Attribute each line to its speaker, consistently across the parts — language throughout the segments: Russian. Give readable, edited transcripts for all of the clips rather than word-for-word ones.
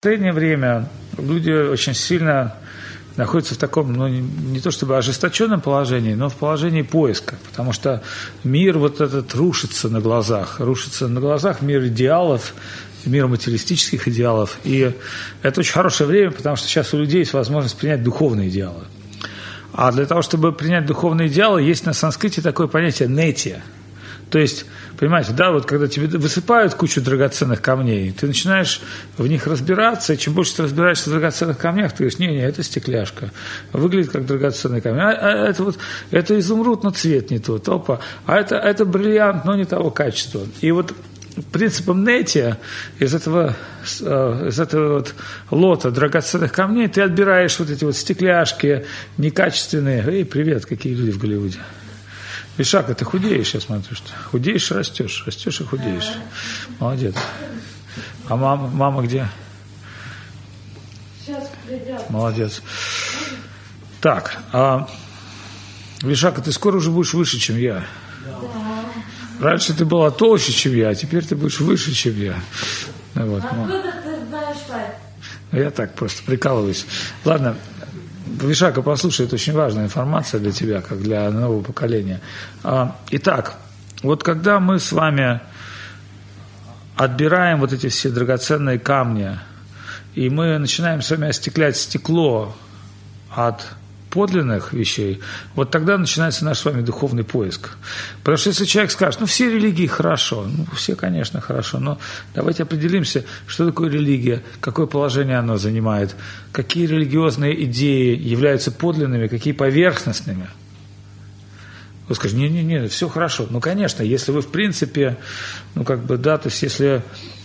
Speaker 1: последнее время люди очень сильно находятся в таком, ну, не то чтобы ожесточенном положении, но в положении поиска, потому что мир вот этот рушится на глазах мир идеалов, мир материалистических идеалов, и это очень хорошее время, потому что сейчас у людей есть возможность принять духовные идеалы. А для того, чтобы принять духовные идеалы, есть на санскрите такое понятие «нети». То есть, понимаете, да, вот когда тебе высыпают кучу драгоценных камней, ты начинаешь в них разбираться, и чем больше ты разбираешься в драгоценных камнях, ты говоришь, не, это стекляшка, выглядит как драгоценный камень, это изумруд, но цвет не тот, опа, это бриллиант, но не того качества. И вот принципом нети из этого вот лота драгоценных камней ты отбираешь вот эти вот стекляшки некачественные. Эй, привет, какие люди в Голливуде. Вишака, ты худеешь, я смотрю, что худеешь, растешь и худеешь. Молодец. А мама где?
Speaker 2: Сейчас придет.
Speaker 1: Молодец. Так, Вишака, ты скоро уже будешь выше, чем я.
Speaker 2: Да.
Speaker 1: Раньше ты была толще, чем я, а теперь ты будешь выше, чем я. Вот.
Speaker 2: Откуда ты знаешь так?
Speaker 1: Я так просто прикалываюсь. Ладно. Вишака, послушай, это очень важная информация для тебя, как для нового поколения. Итак, вот когда мы с вами отбираем вот эти все драгоценные камни, и мы начинаем с вами остеклять стекло от подлинных вещей, вот тогда начинается наш с вами духовный поиск. Потому что если человек скажет, ну все религии хорошо, ну все, конечно, хорошо, но давайте определимся, что такое религия, какое положение она занимает, какие религиозные идеи являются подлинными, какие поверхностными. Вы скажете, не, все хорошо. Ну, конечно, если вы в принципе, ну как бы, да, то есть если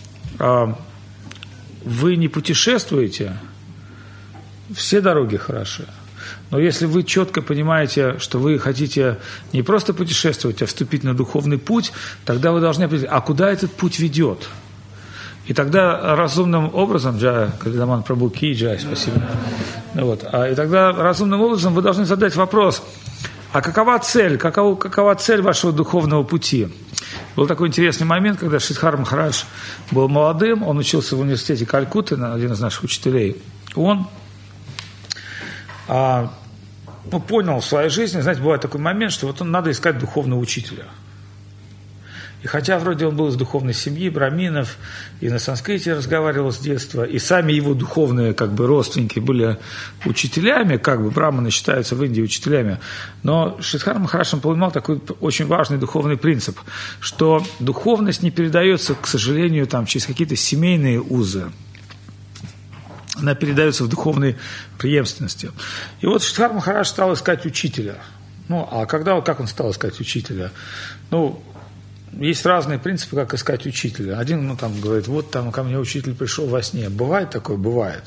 Speaker 1: вы не путешествуете, все дороги хороши. Но если вы четко понимаете, что вы хотите не просто путешествовать, а вступить на духовный путь, тогда вы должны определить, а куда этот путь ведет. И тогда разумным образом, Калидаман Прабху Ки Джай, спасибо. И тогда разумным образом вы должны задать вопрос, а какова цель вашего духовного пути? Был такой интересный момент, когда Шридхар Махарадж был молодым, он учился в университете Калькутты, один из наших учителей. Он понял в своей жизни, знаете, бывает такой момент, что вот надо искать духовного учителя. И хотя вроде он был из духовной семьи, браминов, и на санскрите разговаривал с детства, и сами его духовные как бы родственники были учителями, как бы браманы считаются в Индии учителями, но Шридхар Махарадж понимал такой очень важный духовный принцип, что духовность не передается, к сожалению, там, через какие-то семейные узы. Она передается в духовной преемственности. И вот Шридхар Махарадж стал искать учителя. Ну, а как он стал искать учителя? Ну, есть разные принципы, как искать учителя. Один, говорит, вот там ко мне учитель пришел во сне. Бывает такое? Бывает.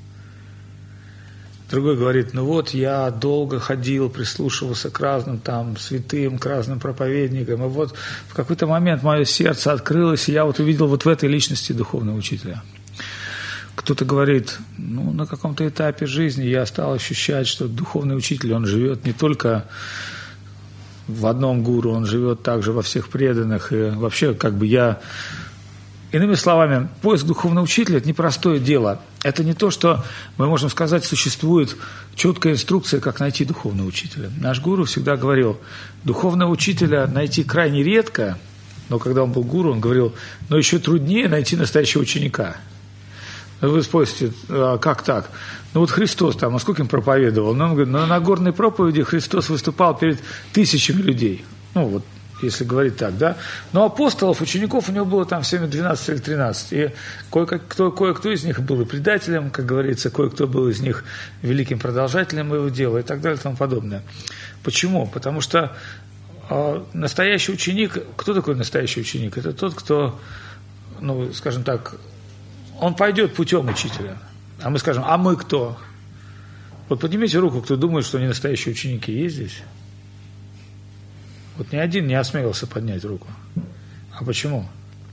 Speaker 1: Другой говорит, я долго ходил, прислушивался к разным там святым, к разным проповедникам, и вот в какой-то момент мое сердце открылось, и я вот увидел вот в этой личности духовного учителя. Кто-то говорит, на каком-то этапе жизни я стал ощущать, что духовный учитель, он живет не только в одном гуру, он живет также во всех преданных, и вообще Иными словами, поиск духовного учителя – это непростое дело. Это не то, что мы можем сказать, существует четкая инструкция, как найти духовного учителя. Наш гуру всегда говорил, духовного учителя найти крайне редко, но когда он был гуру, он говорил, но еще труднее найти настоящего ученика. Вы спросите, как так? Христос там, сколько им проповедовал? Он говорит, на Нагорной проповеди Христос выступал перед тысячами людей. Если говорить так, да. Но апостолов, учеников у него было там всеми 12 или 13. И кое-кто из них был и предателем, как говорится, кое-кто был из них великим продолжателем его дела и так далее и тому подобное. Почему? Потому что настоящий ученик, кто такой настоящий ученик? Это тот, кто, скажем так, он пойдет путем учителя. А мы скажем, а мы кто? Вот поднимите руку, кто думает, что они настоящие ученики. Есть здесь? Вот ни один не осмелился поднять руку. А почему?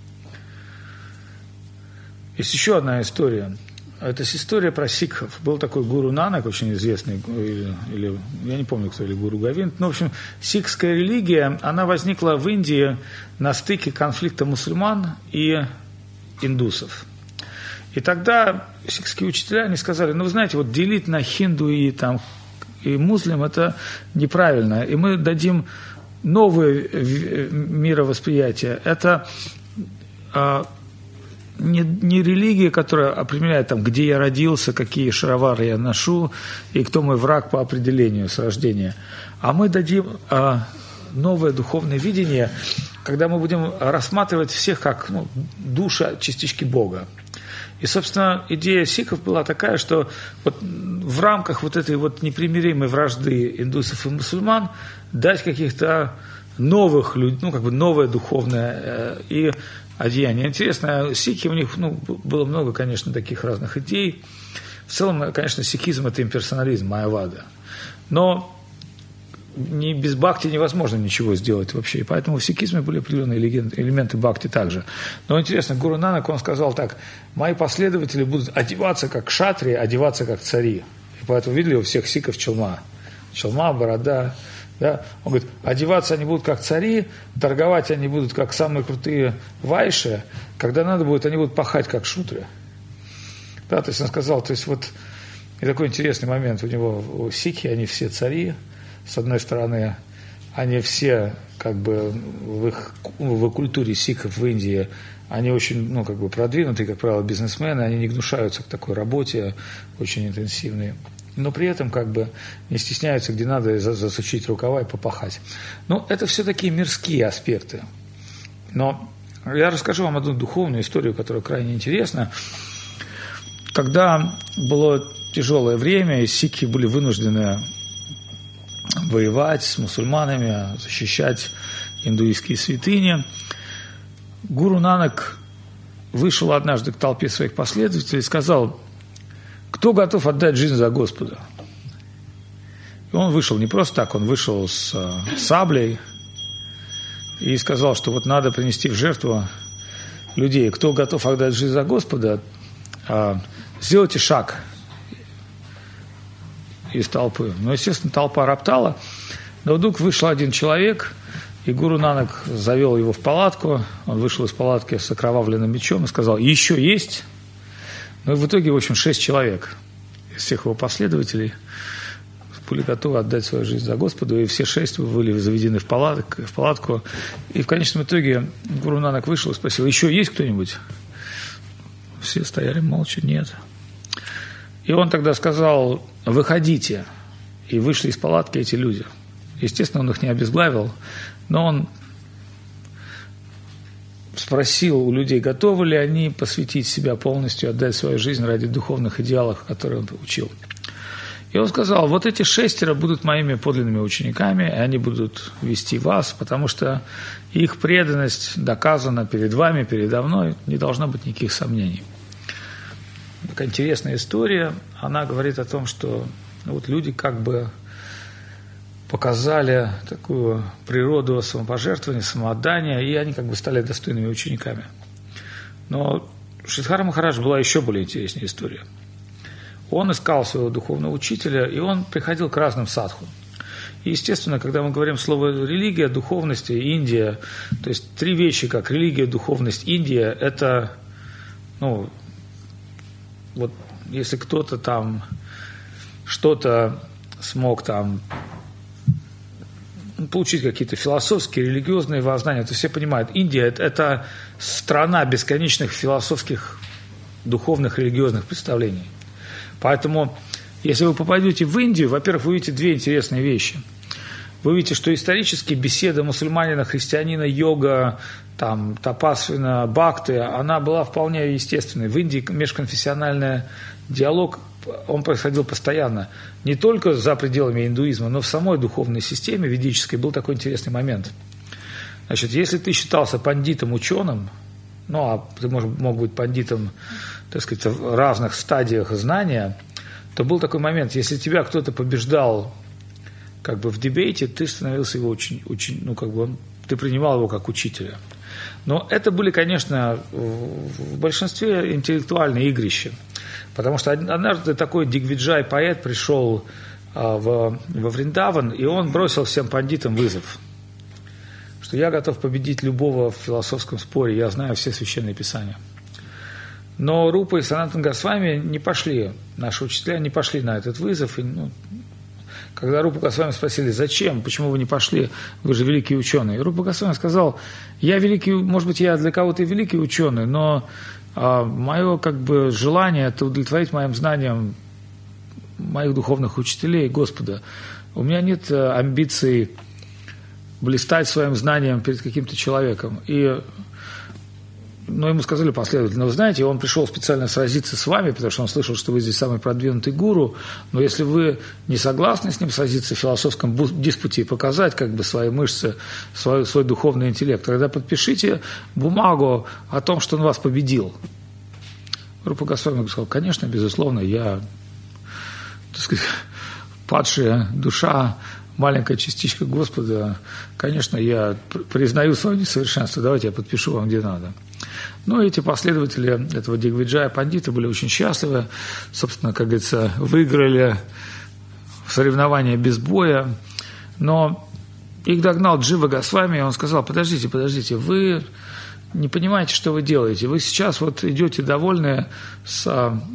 Speaker 1: Есть еще одна история. Это история про сикхов. Был такой гуру Нанак, очень известный, или я не помню, кто, или гуру Говинд. В общем, сикхская религия, она возникла в Индии на стыке конфликта мусульман и индусов. И тогда сикхские учителя, они сказали, ну, вы знаете, вот делить на хинду и муслим – это неправильно, и мы дадим новое мировосприятие. Это не религия, которая определяет, там, где я родился, какие шаровары я ношу и кто мой враг по определению с рождения, а мы дадим новое духовное видение, когда мы будем рассматривать всех как души, частички Бога. И, собственно, идея сикхов была такая, что вот в рамках вот этой вот непримиримой вражды индусов и мусульман дать каких-то новых людей, новое духовное и одеяние. Интересно, сикхи, у них было много, конечно, таких разных идей. В целом, конечно, сикхизм – это имперсонализм, майявада. Но без бхакти невозможно ничего сделать вообще. И поэтому в сикхизме были определенные элементы бхакти также. Но интересно, Гуру Нанак, он сказал так: мои последователи будут одеваться как кшатрии, одеваться как цари. И поэтому видели у всех сикхов челма. Челма, борода. Да? Он говорит, одеваться они будут как цари, торговать они будут как самые крутые вайши, когда надо будет, они будут пахать как шутры. Да, то есть он сказал, то есть вот и такой интересный момент у него, у сикхи, они все цари. С одной стороны, они все, в их культуре сикхов в Индии, они очень, продвинутые, как правило, бизнесмены, они не гнушаются к такой работе, очень интенсивной, но при этом, не стесняются, где надо, засучить рукава и попахать. Но это все такие мирские аспекты. Но я расскажу вам одну духовную историю, которая крайне интересна. Когда было тяжелое время, и сикхи были вынуждены воевать с мусульманами, защищать индуистские святыни, Гуру Нанак вышел однажды к толпе своих последователей и сказал: кто готов отдать жизнь за Господа? И он вышел не просто так, он вышел с саблей и сказал, что вот надо принести в жертву людей. Кто готов отдать жизнь за Господа, сделайте шаг из толпы. Но, естественно, толпа роптала, но вдруг вышел один человек, и Гуру Нанак завел его в палатку, он вышел из палатки с окровавленным мечом и сказал: еще есть? Ну и в итоге, в общем, 6 человек из всех его последователей были готовы отдать свою жизнь за Господа, и все 6 были заведены в палатку. И в конечном итоге Гуру Нанак вышел и спросил: еще есть кто-нибудь? Все стояли молча, нет. И он тогда сказал: выходите. И вышли из палатки эти люди. Естественно, он их не обезглавил, но он спросил у людей, готовы ли они посвятить себя полностью, отдать свою жизнь ради духовных идеалов, которые он учил. И он сказал: вот эти 6 будут моими подлинными учениками, и они будут вести вас, потому что их преданность доказана перед вами, передо мной, не должно быть никаких сомнений. Такая интересная история, она говорит о том, что люди показали такую природу самопожертвования, самоотдания, и они стали достойными учениками. Но у Шридхара Махараджа была еще более интересная история. Он искал своего духовного учителя, и он приходил к разным садху. И, естественно, когда мы говорим слово религия, духовность и Индия, то есть 3 вещи, как религия, духовность, Индия, это, если кто-то там что-то смог получить какие-то философские, религиозные воззнания, то все понимают, Индия – это страна бесконечных философских, духовных, религиозных представлений. Поэтому, если вы попадете в Индию, во-первых, вы увидите 2 интересные вещи. Вы увидите, что исторически беседа мусульманина, христианина, йога, тапасвина, бхакти, она была вполне естественной. В Индии межконфессиональный диалог, он происходил постоянно. Не только за пределами индуизма, но в самой духовной системе ведической был такой интересный момент. Значит, если ты считался пандитом, ученым, а ты мог быть пандитом, так сказать, в разных стадиях знания, то был такой момент, если тебя кто-то побеждал в дебейте, ты становился его ты принимал его как учителя. Но это были, конечно, в большинстве интеллектуальные игрища. Потому что однажды такой Дигвиджай, поэт, пришел во Вриндаван, и он бросил всем пандитам вызов, что я готов победить любого в философском споре, я знаю все священные писания. Но Рупа и Санатан Госвами не пошли, наши учителя не пошли на этот вызов. И, когда Рупа Госвами спросили, зачем, почему вы не пошли, вы же великий ученый. Рупа Госвами сказал, я великий, может быть, я для кого-то и великий ученый, но мое желание – это удовлетворить моим знаниям моих духовных учителей, Господа. У меня нет амбиций блистать своим знанием перед каким-то человеком. Но ему сказали последовательно, вы знаете, он пришел специально сразиться с вами, потому что он слышал, что вы здесь самый продвинутый гуру, но если вы не согласны с ним сразиться в философском диспуте и показать свои мышцы, свой духовный интеллект, тогда подпишите бумагу о том, что он вас победил. Рупа Госвами сказал, конечно, безусловно, я, так сказать, падшая душа, маленькая частичка Господа, конечно, я признаю свое несовершенство, давайте я подпишу вам где надо. Эти последователи этого Дигвиджая Пандита были очень счастливы, собственно, как говорится, выиграли соревнования без боя, но их догнал Джива Госвами, и он сказал, подождите, вы не понимаете, что вы делаете, вы сейчас идете довольны с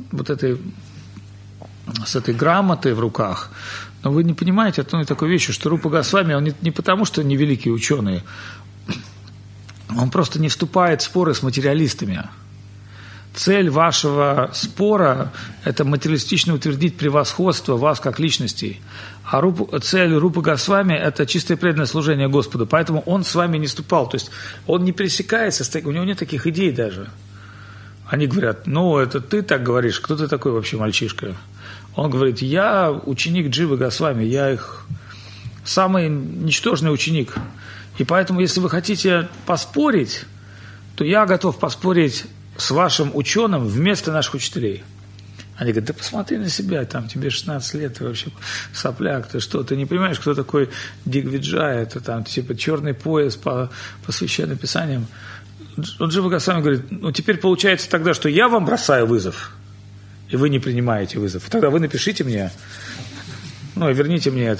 Speaker 1: этой грамотой в руках, но вы не понимаете одной такой вещи, что Рупа Госвами, он не потому, что не великий ученый, он просто не вступает в споры с материалистами. Цель вашего спора – это материалистично утвердить превосходство вас как личностей. А цель Рупы Госвами – это чистое преданное служение Господу. Поэтому он с вами не вступал. То есть он не пересекается, у него нет таких идей даже. Они говорят, это ты так говоришь, кто ты такой вообще мальчишка? Он говорит, я ученик Дживы Госвами, я их самый ничтожный ученик. И поэтому, если вы хотите поспорить, то я готов поспорить с вашим ученым вместо наших учителей. Они говорят, да посмотри на себя, тебе 16 лет, ты вообще сопляк, ты что, ты не понимаешь, кто такой Дигвиджай, это черный пояс по священным писаниям. Джива Госвами говорит, теперь получается тогда, что я вам бросаю вызов, и вы не принимаете вызов. Тогда вы напишите мне, и верните мне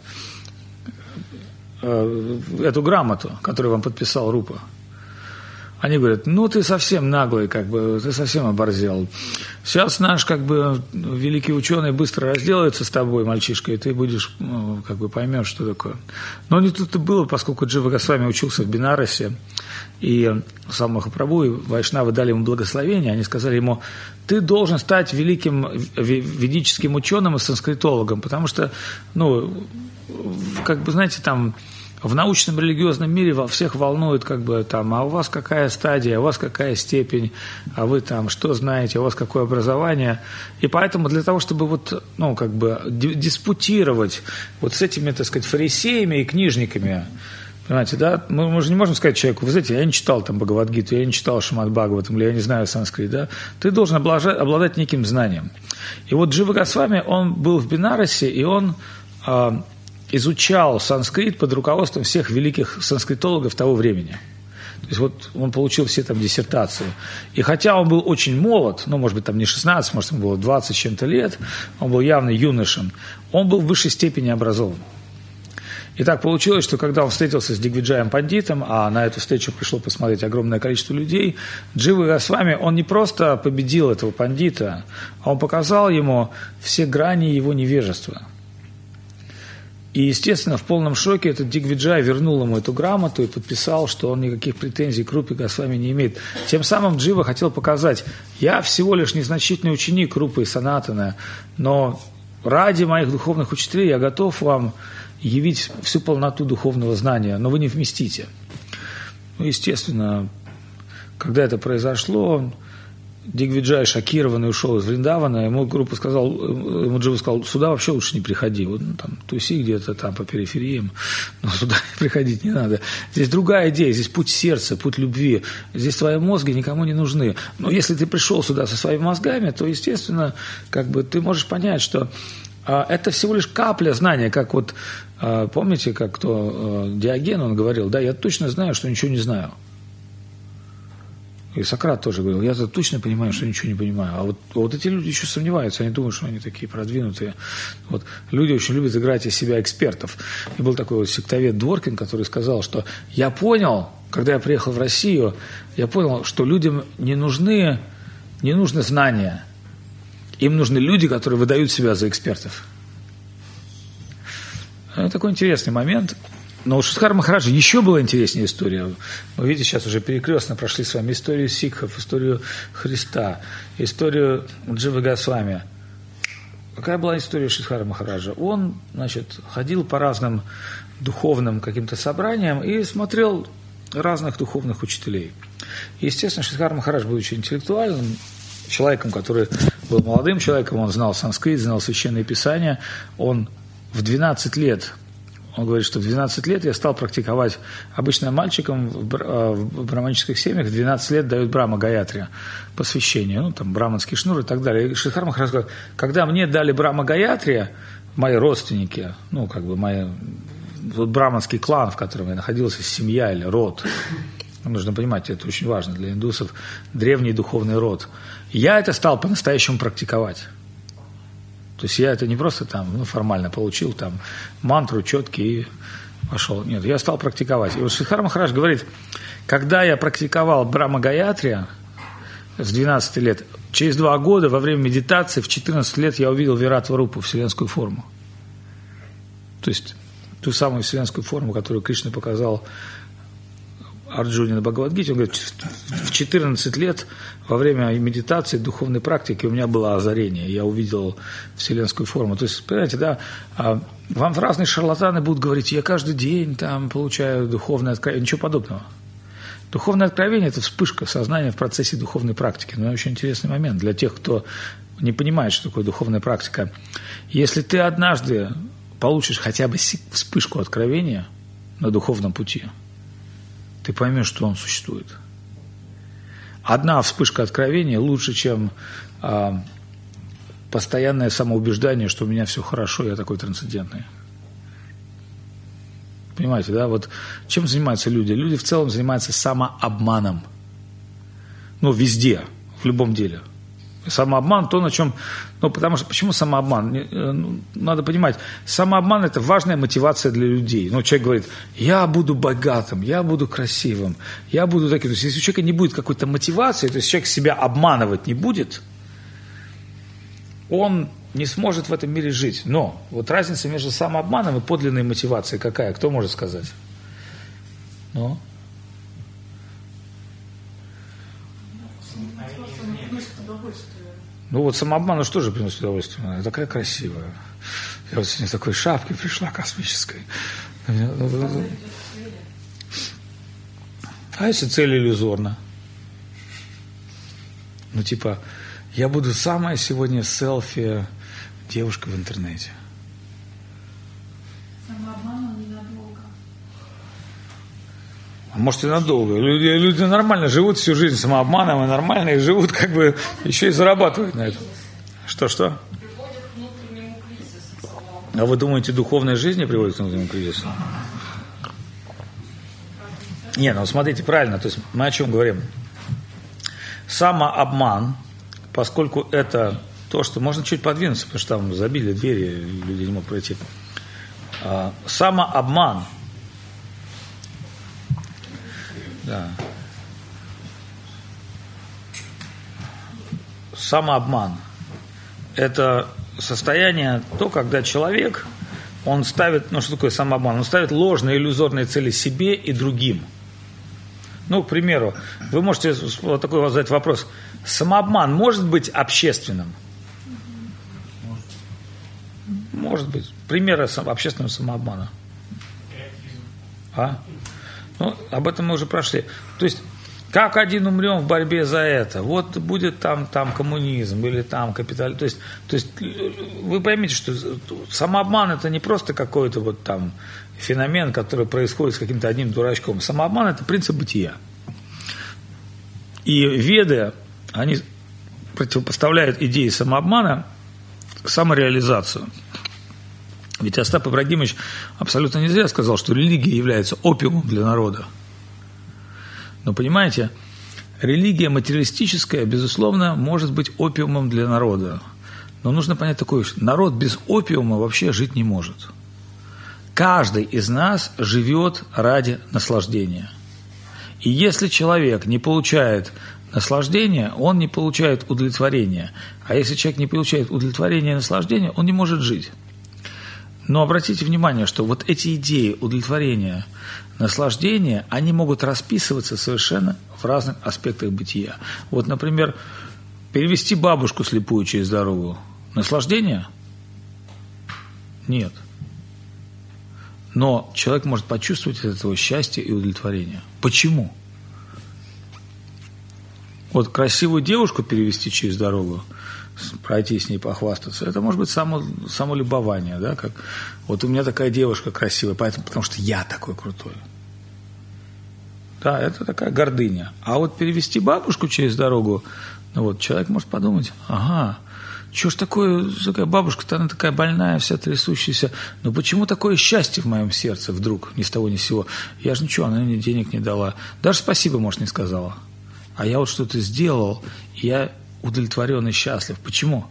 Speaker 1: эту грамоту, которую вам подписал Рупа. Они говорят, ты совсем наглый, ты совсем оборзел. Сейчас наш, великий ученый быстро разделается с тобой, мальчишка, и ты будешь, поймешь, что такое. Но не тут и было, поскольку Джива Госвами учился в Бенарасе, и сам Махапрабху и вайшнавы дали ему благословение, они сказали ему, ты должен стать великим ведическим ученым и санскритологом, потому что, знаете, в научном религиозном мире во всех волнует, а у вас какая стадия, у вас какая степень, а вы что знаете, у вас какое образование. И поэтому для того, чтобы диспутировать с этими, так сказать, фарисеями и книжниками, понимаете, да, мы же не можем сказать человеку, вы знаете, я не читал Бхагавад-гиту, я не читал Шримад Бхагаватам, или я не знаю санскрит, да, ты должен обладать неким знанием. И Джива Госвами, он был в Бенарасе, и он изучал санскрит под руководством всех великих санскритологов того времени. То есть он получил все диссертации. И хотя он был очень молод, может быть, не 16, может, ему было 20 с чем-то лет, он был явно юношем, он был в высшей степени образован. И так получилось, что когда он встретился с Дигвиджаем Пандитом, а на эту встречу пришло посмотреть огромное количество людей, Джива Госвами, он не просто победил этого пандита, а он показал ему все грани его невежества. И, естественно, в полном шоке этот Дигвиджай вернул ему эту грамоту и подписал, что он никаких претензий к Рупе Госвами не имеет. Тем самым Джива хотел показать, я всего лишь незначительный ученик Рупы и Санатана, но ради моих духовных учителей я готов вам явить всю полноту духовного знания, но вы не вместите. Естественно, когда это произошло, Дигвиджай шокированный ушел из Вриндавана, ему Джива сказал, сюда вообще лучше не приходи, туси где-то по перифериям, но сюда приходить не надо. Здесь другая идея, здесь путь сердца, путь любви, здесь твои мозги никому не нужны. Но если ты пришел сюда со своими мозгами, то, естественно, ты можешь понять, что это всего лишь капля знания, как помните, как Диоген, он говорил, да, я точно знаю, что ничего не знаю. И Сократ тоже говорил, я точно понимаю, что ничего не понимаю. А вот эти люди еще сомневаются, они думают, что они такие продвинутые. Люди очень любят играть из себя экспертов. И был такой сектовед Дворкин, который сказал, что я понял, когда я приехал в Россию, я понял, что людям не нужны не нужны знания. Им нужны люди, которые выдают себя за экспертов. Это такой интересный момент. Но у Шридхара Махараджа еще была интереснее история. Вы видите, сейчас уже перекрестно прошли с вами историю сикхов, историю Христа, историю Дживы Госвами. Какая была история Шридхара Махараджа? Он, значит, ходил по разным духовным каким-то собраниям и смотрел разных духовных учителей. Естественно, Шридхар Махарадж, будучи интеллектуальным человеком, который был молодым человеком, он знал санскрит, знал священные писания, он в 12 лет, он говорит, что в 12 лет я стал практиковать, обычно мальчикам в браманических семьях в 12 лет дают Брахма Гаятри, посвящение, ну, там, браманский шнур и так далее. И Шридхар Махарадж говорит, когда мне дали Брахма Гаятри, мои родственники, ну, как бы вот браманский клан, в котором я находился, семья или род, нужно понимать, это очень важно для индусов, древний духовный род, я это стал по-настоящему практиковать. То есть я это не просто там, формально получил там мантру, четки и пошел. Нет, я стал практиковать. И вот Шридхар Махарадж говорит, когда я практиковал Брахма Гаятри с 12 лет, через 2 года во время медитации в 14 лет я увидел Виратва-рупу, вселенскую форму. То есть ту самую вселенскую форму, которую Кришна показал Арджуне на Бхагавад-гите. Он говорит, в 14 лет во время медитации, духовной практики у меня было озарение, я увидел вселенскую форму. То есть, понимаете, да, вам разные шарлатаны будут говорить, я каждый день там получаю духовное откровение, ничего подобного. Духовное откровение – это вспышка сознания в процессе духовной практики. Но очень интересный момент для тех, кто не понимает, что такое духовная практика. Если ты однажды получишь хотя бы вспышку откровения на духовном пути, ты поймешь, что он существует. Одна вспышка откровения лучше, чем постоянное самоубеждение, что у меня все хорошо, я такой трансцендентный. Понимаете, да? Вот чем занимаются люди? Люди в целом занимаются самообманом. Ну, везде, в любом деле. Самообман, то, на чем... Ну, потому что, почему самообман? Надо понимать, самообман – это важная мотивация для людей. Ну, человек говорит, я буду богатым, я буду красивым, я буду таким. То есть, если у человека не будет какой-то мотивации, то есть, человек себя обманывать не будет, он не сможет в этом мире жить. Но вот разница между самообманом и подлинной мотивацией какая? Кто может сказать? Ну? Ну вот самообман, что же приносит удовольствие? Она такая красивая. Я вот сегодня в такой шапке пришла космической. А если цель иллюзорна? Ну типа, я буду самая сегодня селфи девушка в интернете.
Speaker 2: Самообман он ненадолго.
Speaker 1: А может и надолго. Люди нормально живут всю жизнь самообманом, и нормально и живут, как бы еще и зарабатывают на этом. Что?
Speaker 2: Приводит к внутреннему кризису.
Speaker 1: А вы думаете, духовная жизнь приводит к внутреннему кризису? Не, ну смотрите, правильно, то есть мы о чем говорим? Самообман, поскольку это то, что можно чуть подвинуться, потому что там забили двери, люди не могут пройти. Самообман. Да. Самообман. Это состояние, то, когда человек, он ставит, ну что такое самообман? Он ставит ложные иллюзорные цели себе и другим. Ну, к примеру, вы можете вот такой вот задать вопрос. Самообман может быть общественным? Может быть. Примеры общественного самообмана. Ну, об этом мы уже прошли. То есть, как один умрем в борьбе за это? Вот будет там коммунизм или там капитализм. То есть вы поймите, что самообман это не просто какой-то вот там феномен, который происходит с каким-то одним дурачком. Самообман это принцип бытия. И веды, они противопоставляют идеи самообмана самореализацию. Ведь Остап Ибрагимович абсолютно не зря сказал, что религия является опиумом для народа. Но понимаете, религия материалистическая, безусловно, может быть опиумом для народа. Но нужно понять такое, что народ без опиума вообще жить не может. Каждый из нас живет ради наслаждения. И если человек не получает наслаждения, он не получает удовлетворения. А если человек не получает удовлетворения и наслаждения, он не может жить. Но обратите внимание, что вот эти идеи удовлетворения, наслаждения, они могут расписываться совершенно в разных аспектах бытия. Вот, например, перевести бабушку слепую через дорогу. Наслаждение? Нет. Но человек может почувствовать от этого счастье и удовлетворение. Почему? Вот красивую девушку перевести через дорогу, пройти с ней, похвастаться, это может быть самолюбование, да, как вот у меня такая девушка красивая, потому что я такой крутой. Да, это такая гордыня. А вот перевести бабушку через дорогу, ну вот, человек может подумать, ага, что ж такая бабушка-то, она такая больная, вся трясущаяся, но почему такое счастье в моем сердце вдруг, ни с того ни с сего? Я же ничего, она мне денег не дала, даже спасибо, может, не сказала. А я вот что-то сделал, и я удовлетворен и счастлив. Почему?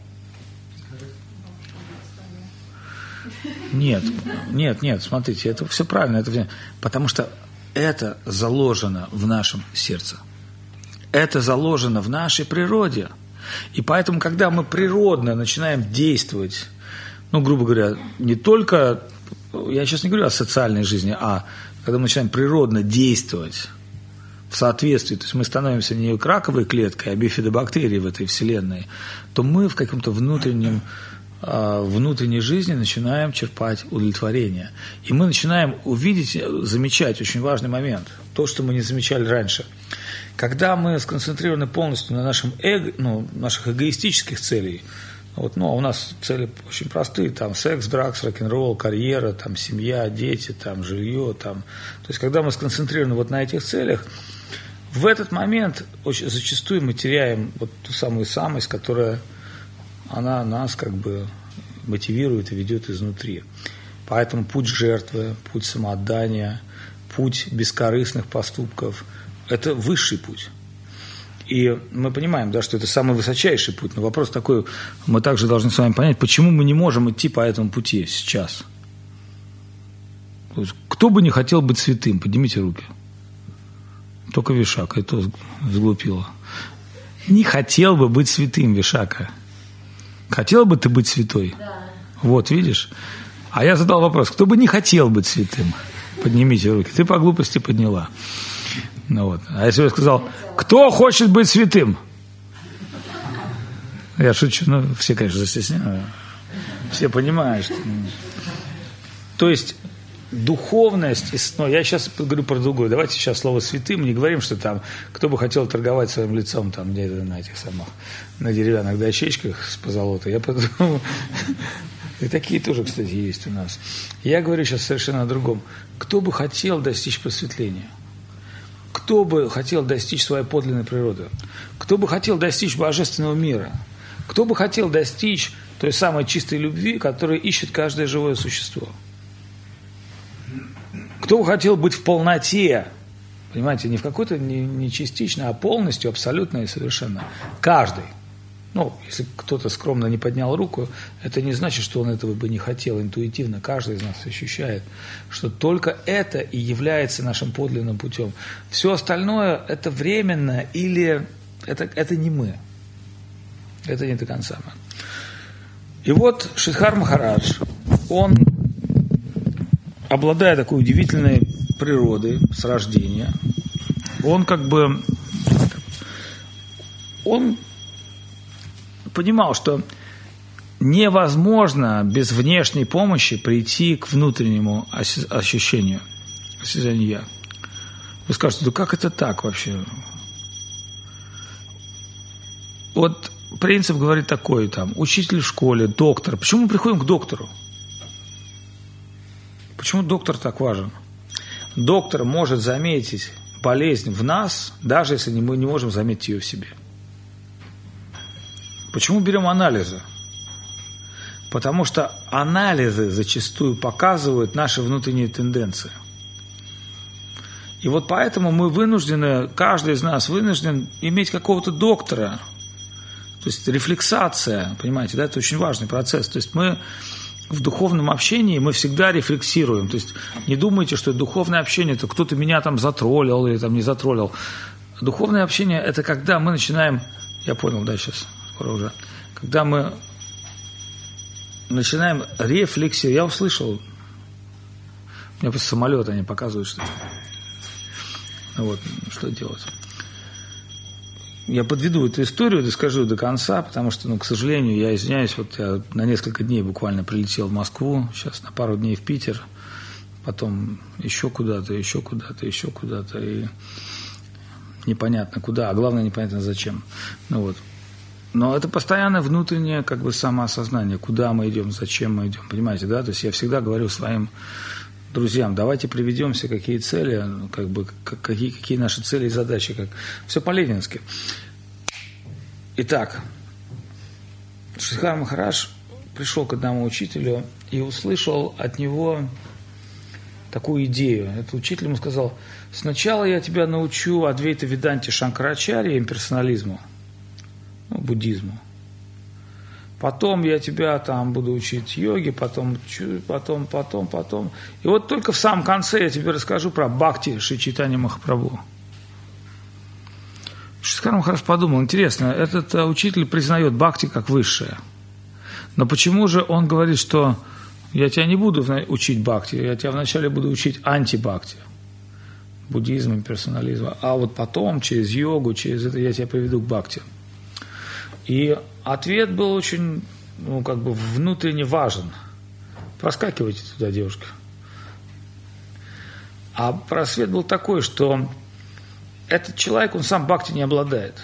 Speaker 1: Нет, смотрите, это все правильно. Потому что это заложено в нашем сердце. Это заложено в нашей природе. И поэтому, когда мы природно начинаем действовать, ну, грубо говоря, не только, я сейчас не говорю о социальной жизни, а когда мы начинаем природно действовать в соответствии, то есть мы становимся не раковой клеткой, а бифидобактерией в этой вселенной, то мы в каком-то внутренней жизни начинаем черпать удовлетворение. И мы начинаем замечать очень важный момент, то, что мы не замечали раньше. Когда мы сконцентрированы полностью на наших эгоистических целях, вот, у нас цели очень простые, там секс, дракс, рок-н-ролл, карьера, там семья, дети, там жилье, там. То есть, когда мы сконцентрированы вот на этих целях, в этот момент очень зачастую мы теряем вот ту самую самость, которая она нас как бы мотивирует и ведет изнутри. Поэтому путь жертвы, путь самоотдания, путь бескорыстных поступков – это высший путь. И мы понимаем, да, что это самый высочайший путь. Но вопрос такой, мы также должны с вами понять, почему мы не можем идти по этому пути сейчас. То есть, кто бы не хотел быть святым, поднимите руки. Только Вишака, это сглупило. Не хотел бы быть святым, Вишака. Хотел бы ты быть святой?
Speaker 2: Да.
Speaker 1: Вот, видишь? А я задал вопрос, кто бы не хотел быть святым? Поднимите руки. Ты по глупости подняла. Ну вот. А если бы я сказал, кто хочет быть святым? Я шучу, все, конечно, застесняют. Все понимают, что... То есть духовность, я сейчас говорю про другое. Давайте сейчас слово святым, не говорим, что там, кто бы хотел торговать своим лицом там где-то на этих самых, на деревянных дощечках с позолотой. Я подумал, и такие тоже, кстати, есть у нас. Я говорю сейчас совершенно о другом. Кто бы хотел достичь просветления? Кто бы хотел достичь своей подлинной природы? Кто бы хотел достичь божественного мира? Кто бы хотел достичь той самой чистой любви, которую ищет каждое живое существо? Кто бы хотел быть в полноте, понимаете, не в какой-то, не частично, а полностью, абсолютно и совершенно. Каждый. Если кто-то скромно не поднял руку, это не значит, что он этого бы не хотел. Интуитивно каждый из нас ощущает, что только это и является нашим подлинным путем. Все остальное – это временно или это не мы. Это не до конца мы. И вот Шридхар Махарадж, он, обладая такой удивительной природой с рождения, он понимал, что невозможно без внешней помощи прийти к внутреннему ощущению, осязанию «я». Вы скажете, да как это так вообще? Вот принцип говорит такой, учитель в школе, доктор. Почему мы приходим к доктору? Почему доктор так важен? Доктор может заметить болезнь в нас, даже если мы не можем заметить ее в себе. Почему берем анализы? Потому что анализы зачастую показывают наши внутренние тенденции. И вот поэтому мы вынуждены, каждый из нас вынужден иметь какого-то доктора. То есть рефлексация, понимаете, да, это очень важный процесс. То есть мы в духовном общении мы всегда рефлексируем. То есть не думайте, что духовное общение, это кто-то меня затроллил или не затроллил. Духовное общение – это когда мы начинаем, я понял, да, сейчас, скоро уже, когда мы начинаем рефлексию. Я услышал, у меня просто самолет, они показывают, что вот, что делать. Я подведу эту историю, доскажу до конца, потому что, к сожалению, я извиняюсь, вот я на несколько дней буквально прилетел в Москву, сейчас на пару дней в Питер, потом еще куда-то, и непонятно куда, а главное, непонятно зачем. Вот. Но это постоянное внутреннее самоосознание, куда мы идем, зачем мы идем, понимаете, да? То есть я всегда говорю своим друзьям, давайте приведемся, какие цели, какие наши цели и задачи, все по-ленински. Итак, Шридхар Махарадж пришел к одному учителю и услышал от него такую идею. Этот учитель ему сказал: сначала я тебя научу Адвейта Веданте Шанкарачарье, имперсонализму, буддизму. Потом я тебя там буду учить йоге, потом. И вот только в самом конце я тебе расскажу про Бхакти Шри Чайтанья Махапрабху. Шридхар Махарадж подумал, интересно, этот учитель признает Бхакти как высшее. Но почему же он говорит, что я тебя не буду учить Бхакти, я тебя вначале буду учить анти-Бхакти, буддизм, имперсонализм, а вот потом через йогу, через это я тебя приведу к Бхакти. И ответ был очень, внутренне важен. Проскакивайте туда, девушка. А просвет был такой, что этот человек, он сам Бхакти не обладает.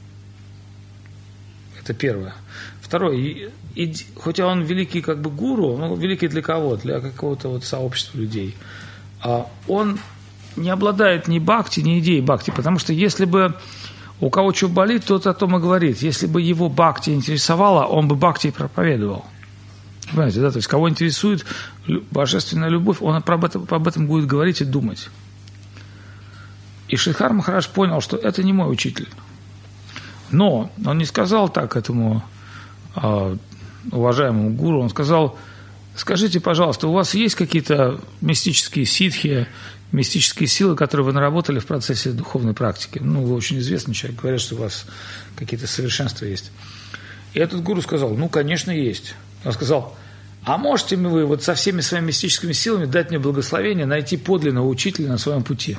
Speaker 1: Это первое. Второе, хотя он великий гуру, но великий для кого? Для какого-то сообщества людей. Он не обладает ни Бхакти, ни идеей Бхакти, потому что если бы у кого что болит, тот о том и говорит. Если бы его Бхакти интересовало, он бы Бхакти и проповедовал. Понимаете, да? То есть, кого интересует божественная любовь, он об этом будет говорить и думать. И Шридхар Махарадж понял, что это не мой учитель. Но он не сказал так этому уважаемому гуру, он сказал: скажите, пожалуйста, у вас есть какие-то мистические ситхи, мистические силы, которые вы наработали в процессе духовной практики? Вы очень известный человек, говорят, что у вас какие-то совершенства есть. И этот гуру сказал: конечно, есть. Он сказал: а можете вы со всеми своими мистическими силами дать мне благословение найти подлинного учителя на своем пути?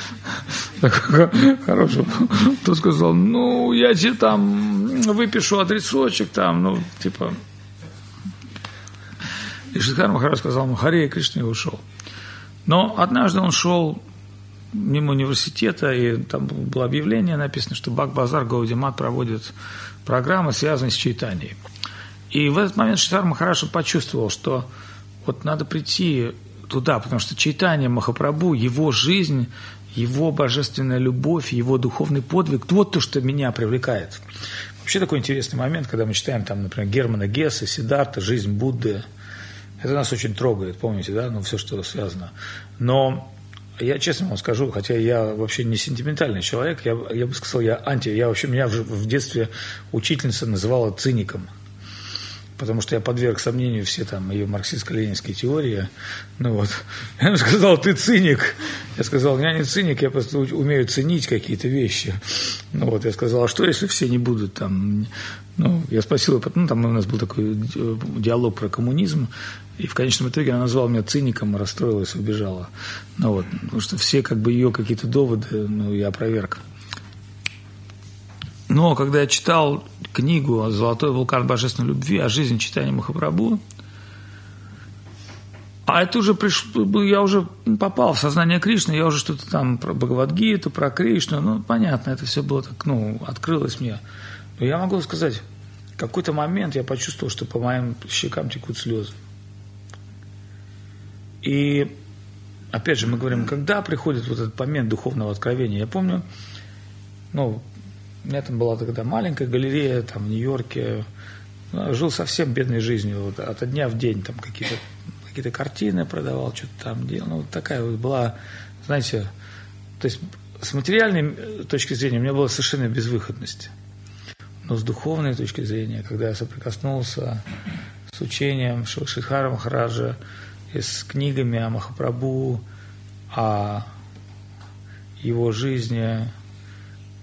Speaker 1: Хорошо. Тот сказал: я тебе там выпишу адресочек, И Шридхар Махарадж сказал: Харе Кришна, и ушел. Но однажды он шел мимо университета, и там было объявление написано, что Бхак-базар Гаудия Мат проводит программы, связанные с Чайтаньей. И в этот момент Шридхар Махарадж почувствовал, что вот надо прийти туда, потому что Чайтанья Махапрабху, его жизнь, его божественная любовь, его духовный подвиг, вот то, что меня привлекает. Вообще такой интересный момент, когда мы читаем, например, Германа Гесса, Сиддхарта, «Жизнь Будды». Это нас очень трогает, помните, да, все, что связано. Но я честно вам скажу, хотя я вообще не сентиментальный человек, я бы сказал, меня в детстве учительница называла циником, потому что я подверг сомнению все ее марксистско-ленинские теории. Я ему сказал: ты циник. Я сказал: я не циник, я просто умею ценить какие-то вещи. Я сказал: а что, если все не будут я спросил, у нас был такой диалог про коммунизм, и в конечном итоге она назвала меня циником, расстроилась и убежала. Потому что все ее какие-то доводы, я опроверг. Но когда я читал книгу «Золотой вулкан божественной любви» о жизни Чайтаньи Махапрабху, а это уже я уже попал в сознание Кришны, я уже что-то про Бхагавад-гиту, про Кришну, понятно, это все было так, открылось мне. Но я могу сказать, в какой-то момент я почувствовал, что по моим щекам текут слезы. И, опять же, мы говорим, когда приходит этот момент духовного откровения. Я помню, у меня там была тогда маленькая галерея в Нью-Йорке. Жил совсем бедной жизнью. От дня в день какие-то картины продавал, что-то там делал. Такая была, знаете, то есть с материальной точки зрения у меня была совершенно безвыходность. Но с духовной точки зрения, когда я соприкоснулся с учением Шридхара Махараджа и с книгами о Махапрабху, о его жизни,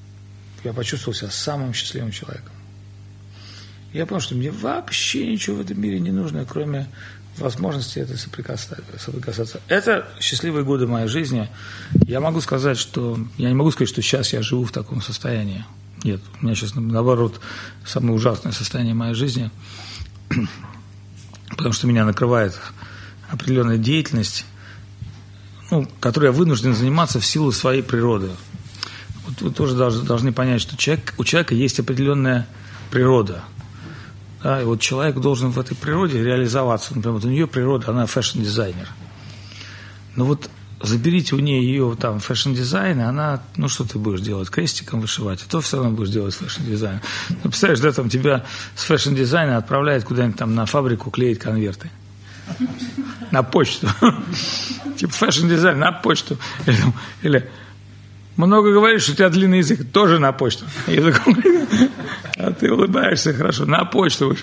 Speaker 1: я почувствовал себя самым счастливым человеком. Я понял, что мне вообще ничего в этом мире не нужно, кроме возможности это соприкасаться. Это счастливые годы моей жизни. Я не могу сказать, что сейчас я живу в таком состоянии. Нет, у меня сейчас, наоборот, самое ужасное состояние моей жизни, потому что меня накрывает определенная деятельность, которой я вынужден заниматься в силу своей природы. Вот вы тоже должны понять, что у человека есть определенная природа. Да, и вот человек должен в этой природе реализоваться. Например, вот у нее природа, она фэшн-дизайнер. Но вот заберите у нее ее там фэшн-дизайн, и она, что ты будешь делать? Крестиком вышивать, а то все равно будешь делать фэшн-дизайн. Представляешь, да, там тебя с фэшн-дизайна отправляют куда-нибудь там на фабрику клеить конверты. На почту. Типа фэшн-дизайн на почту. Или много говоришь, у тебя длинный язык, тоже на почту. А ты улыбаешься хорошо, на почту.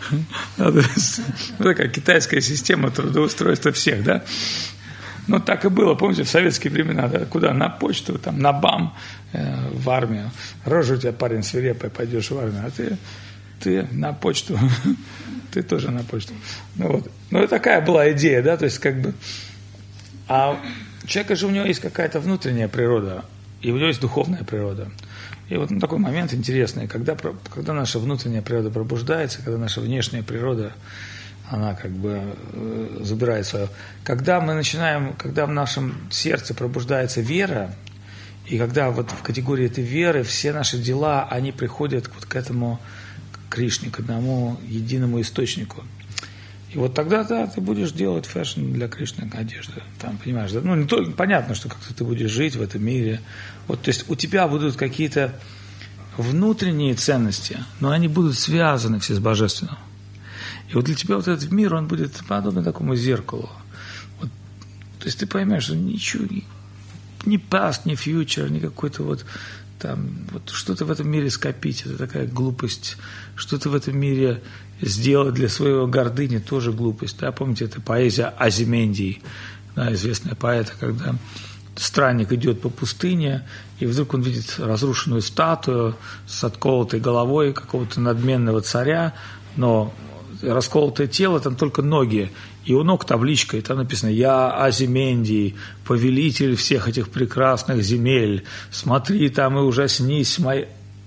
Speaker 1: Такая китайская система трудоустройства всех, да? Так и было, помните, в советские времена, да? Куда? На почту, там, на БАМ, в армию. Рожа у тебя, парень, свирепый, пойдешь в армию, а ты на почту. Ты тоже на почту. Такая была идея, да, то есть А у человека же у него есть какая-то внутренняя природа, и у него есть духовная природа. И вот такой момент интересный, когда наша внутренняя природа пробуждается, когда наша внешняя природа, она забирает свое. Когда в нашем сердце пробуждается вера, и когда вот в категории этой веры все наши дела, они приходят вот к этому Кришне, к одному единому источнику. И вот тогда, да, ты будешь делать фэшн для Кришны, одежду. Там, понимаешь, да? Понятно, что как-то ты будешь жить в этом мире. Вот, то есть у тебя будут какие-то внутренние ценности, но они будут связаны все с божественным. И вот для тебя вот этот мир, он будет подобен такому зеркалу. Вот, то есть ты поймешь, что ничего, ни past, ни future, ни какой-то что-то в этом мире скопить, это такая глупость. Что-то в этом мире сделать для своего гордыни тоже глупость. Да? Помните, это поэзия Азимендии, да, известная поэта, когда странник идет по пустыне, и вдруг он видит разрушенную статую с отколотой головой какого-то надменного царя, но расколотое тело, там только ноги, и у ног табличка, и там написано: «Я Азимендий, повелитель всех этих прекрасных земель, смотри там и ужаснись мои...»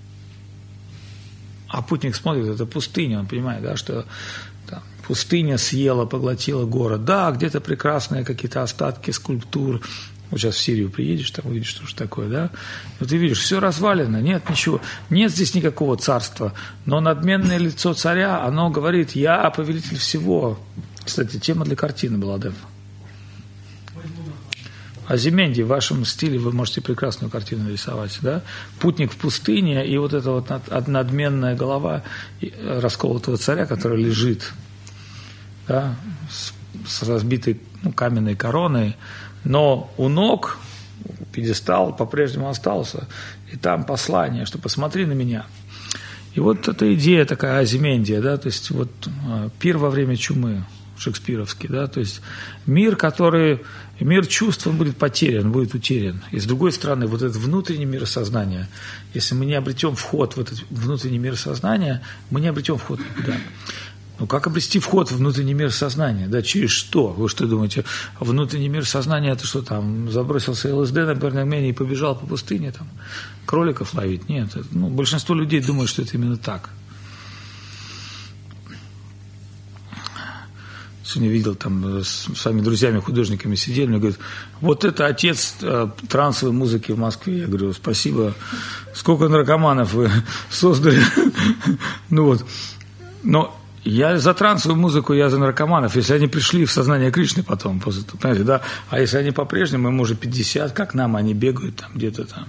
Speaker 1: А путник смотрит, это пустыня, он понимает, да, что там, пустыня съела, поглотила город. Да, где-то прекрасные какие-то остатки скульптур. Вот сейчас в Сирию приедешь, там увидишь, что же такое, да? Вот ты видишь, все развалено, нет ничего, нет здесь никакого царства. Но надменное лицо царя, оно говорит: «Я повелитель всего». Кстати, тема для картины была, да? Азимендий, в вашем стиле вы можете прекрасную картину рисовать, да? Путник в пустыне, и вот эта вот надменная голова расколотого царя, который лежит, да, с разбитой каменной короной, но у ног пьедестал по-прежнему остался, и там послание, что посмотри на меня. И вот эта идея такая Азимендия, да, то есть вот пир во время чумы шекспировский, да, то есть мир чувств, он будет потерян, будет утерян. И с другой стороны, вот этот внутренний мир сознания, если мы не обретем вход в этот внутренний мир сознания, мы не обретем вход никуда. Как обрести вход в внутренний мир сознания? Да, через что? Вы что думаете, внутренний мир сознания – это что там, забросился ЛСД на Бернармене и побежал по пустыне, там, кроликов ловить? Нет. Большинство людей думают, что это именно так. Сегодня видел, там с своими друзьями-художниками сидели, мне говорят: вот это отец трансовой музыки в Москве. Я говорю: спасибо. Сколько наркоманов вы создали? Но я за трансовую музыку, я за наркоманов, если они пришли в сознание Кришны потом, понимаете, да? А если они по-прежнему, им уже 50, как нам, они бегают там где-то там,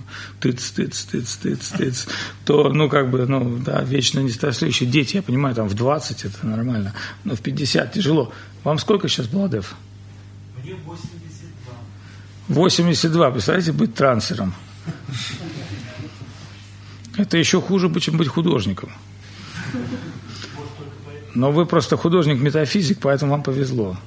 Speaker 1: тыц, то, да, вечно нестареющие дети, я понимаю, там в 20 это нормально, но в 50 тяжело. Вам сколько сейчас, Баладев?
Speaker 3: Мне 82.
Speaker 1: 82, представляете, быть трансером? Это еще хуже, чем быть художником. Но вы просто художник-метафизик, поэтому вам повезло.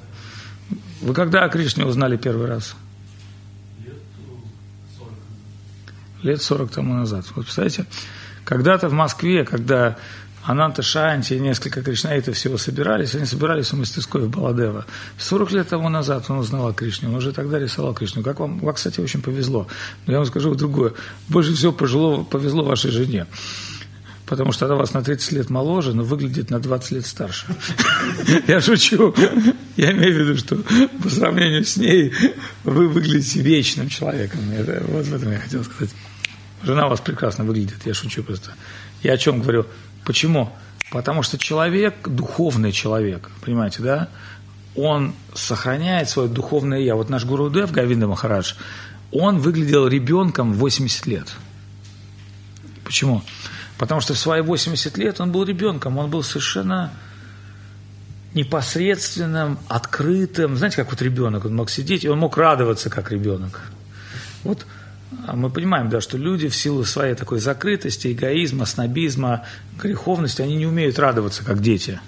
Speaker 1: Вы когда о Кришне узнали первый раз?
Speaker 3: Лет 40.
Speaker 1: лет 40 тому назад. Вот представляете, когда-то в Москве, когда Ананта Шанти и несколько кришнаитов всего собирались, они собирались в мастерской в Баладева. 40 лет тому назад он узнавал Кришну, он уже тогда рисовал Кришну. Как вам, кстати, очень повезло. Но я вам скажу другое. Больше всего повезло вашей жене. Потому что она вас на 30 лет моложе, но выглядит на 20 лет старше. Я шучу. Я имею в виду, что по сравнению с ней вы выглядите вечным человеком. Вот в этом я хотел сказать. Жена у вас прекрасно выглядит, я шучу просто. Я о чем говорю? Почему? Потому что человек, духовный человек, понимаете, да? Он сохраняет свое духовное я. Вот наш Гурудев Говинда Махарадж, он выглядел ребенком в 80 лет. Почему? Потому что в свои 80 лет он был ребенком, он был совершенно непосредственным, открытым. Знаете, как вот ребенок, он мог сидеть, и он мог радоваться, как ребенок. Вот мы понимаем, да, что люди в силу своей такой закрытости, эгоизма, снобизма, греховности, они не умеют радоваться, как дети.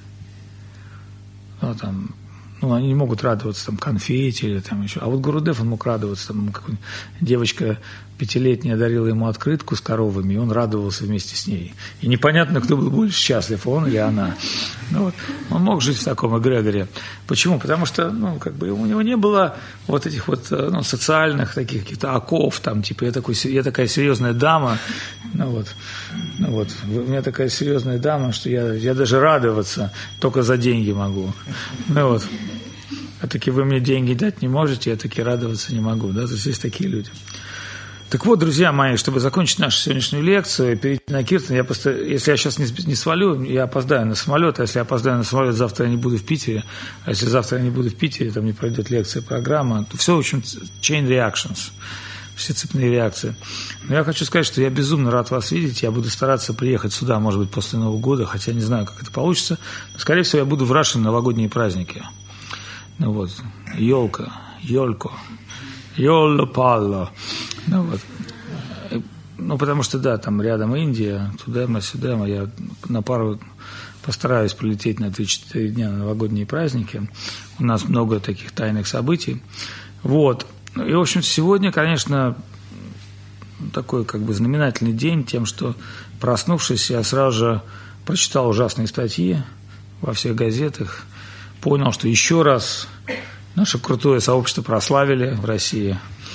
Speaker 1: Они не могут радоваться там, конфете или там еще. А вот Гурудев, он мог радоваться. Там, девочка 5-летняя дарила ему открытку с коровами, и он радовался вместе с ней. И непонятно, кто был больше счастлив, он или она. Он мог жить в таком эгрегоре. Почему? Потому что у него не было вот этих вот социальных таких каких-то оков, там, типа, я такая серьезная дама, у меня такая серьезная дама, что я даже радоваться только за деньги могу. А таки вы мне деньги дать не можете, я таки радоваться не могу. Да? То есть есть такие люди. Так вот, друзья мои, чтобы закончить нашу сегодняшнюю лекцию, перейти на Киртан, если я сейчас не свалю, я опоздаю на самолет, а если я опоздаю на самолет, завтра я не буду в Питере, а если завтра я не буду в Питере, там не пройдет лекция, программа, то все, в общем, chain reactions, все цепные реакции. Но я хочу сказать, что я безумно рад вас видеть, я буду стараться приехать сюда, может быть, после Нового года, хотя не знаю, как это получится, но, скорее всего, я буду в Раше на новогодние праздники. Ёлка, Йоло-палло. Потому что, да, там рядом Индия, туда-сюда, я на пару постараюсь полететь на 3-4 дня на новогодние праздники. У нас много таких тайных событий. И, в общем, сегодня, конечно, такой знаменательный день тем, что, проснувшись, я сразу же прочитал ужасные статьи во всех газетах, понял, что еще раз наше крутое сообщество прославили в России.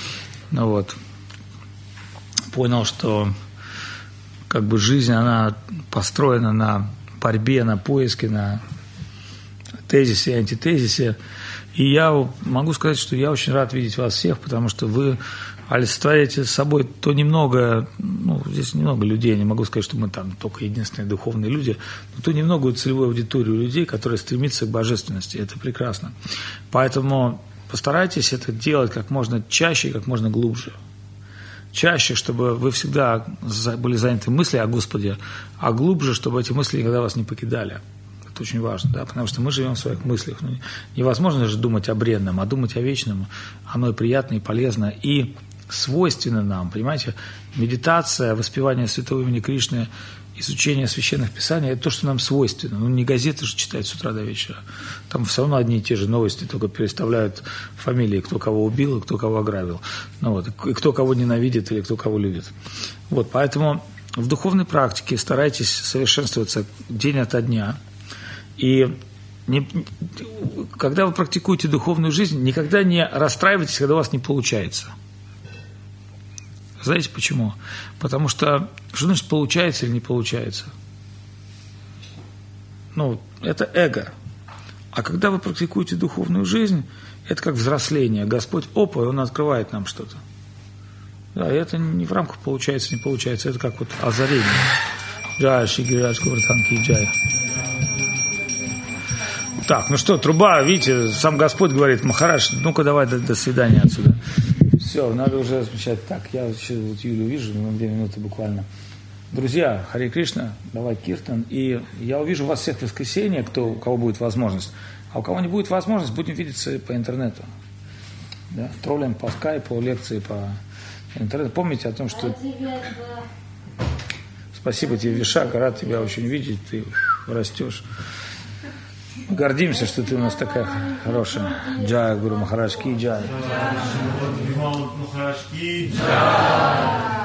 Speaker 1: Понял, что жизнь, она построена на борьбе, на поиске, на тезисе и антитезисе. И я могу сказать, что я очень рад видеть вас всех, потому что вы олицетворяете с собой то немного, здесь немного людей, я не могу сказать, что мы там только единственные духовные люди, но то немногую целевую аудиторию людей, которая стремится к божественности. Это прекрасно. Поэтому постарайтесь это делать как можно чаще и как можно глубже. Чаще, чтобы вы всегда были заняты мыслью о Господе, а глубже, чтобы эти мысли никогда вас не покидали. Это очень важно, да, потому что мы живем в своих мыслях. Невозможно же думать о бренном, а думать о вечном, оно и приятно, и полезно, и свойственно нам, понимаете? Медитация, воспевание святого имени Кришны, изучение священных писаний – это то, что нам свойственно. Не газеты же читать с утра до вечера. Там все равно одни и те же новости, только переставляют фамилии, кто кого убил и кто кого ограбил. И кто кого ненавидит или кто кого любит. Поэтому в духовной практике старайтесь совершенствоваться день ото дня. И когда вы практикуете духовную жизнь, никогда не расстраивайтесь, когда у вас не получается. Знаете почему? Потому что значит получается или не получается? Это эго. А когда вы практикуете духовную жизнь, это как взросление. Господь, и Он открывает нам что-то. Да, и это не в рамках получается, не получается. Это как озарение. Джай, Шигирадж, Гуртанки, Джай. Так, труба, видите, сам Господь говорит: Махарадж, ну-ка давай до свидания отсюда. Все, надо уже размещать. Так, я сейчас Юлю вижу, 2 минуты буквально. Друзья, Харе Кришна, давай Киртан. И я увижу вас всех в воскресенье, у кого будет возможность. А у кого не будет возможность, будем видеться по интернету. Да? Троллим по скайпу, лекции по интернету. Помните о том, что... Спасибо тебе, Вишака, рад тебя очень видеть, ты растешь. Мы гордимся, что ты у нас такая хорошая. Джай, Гуру Махарадж ки джай.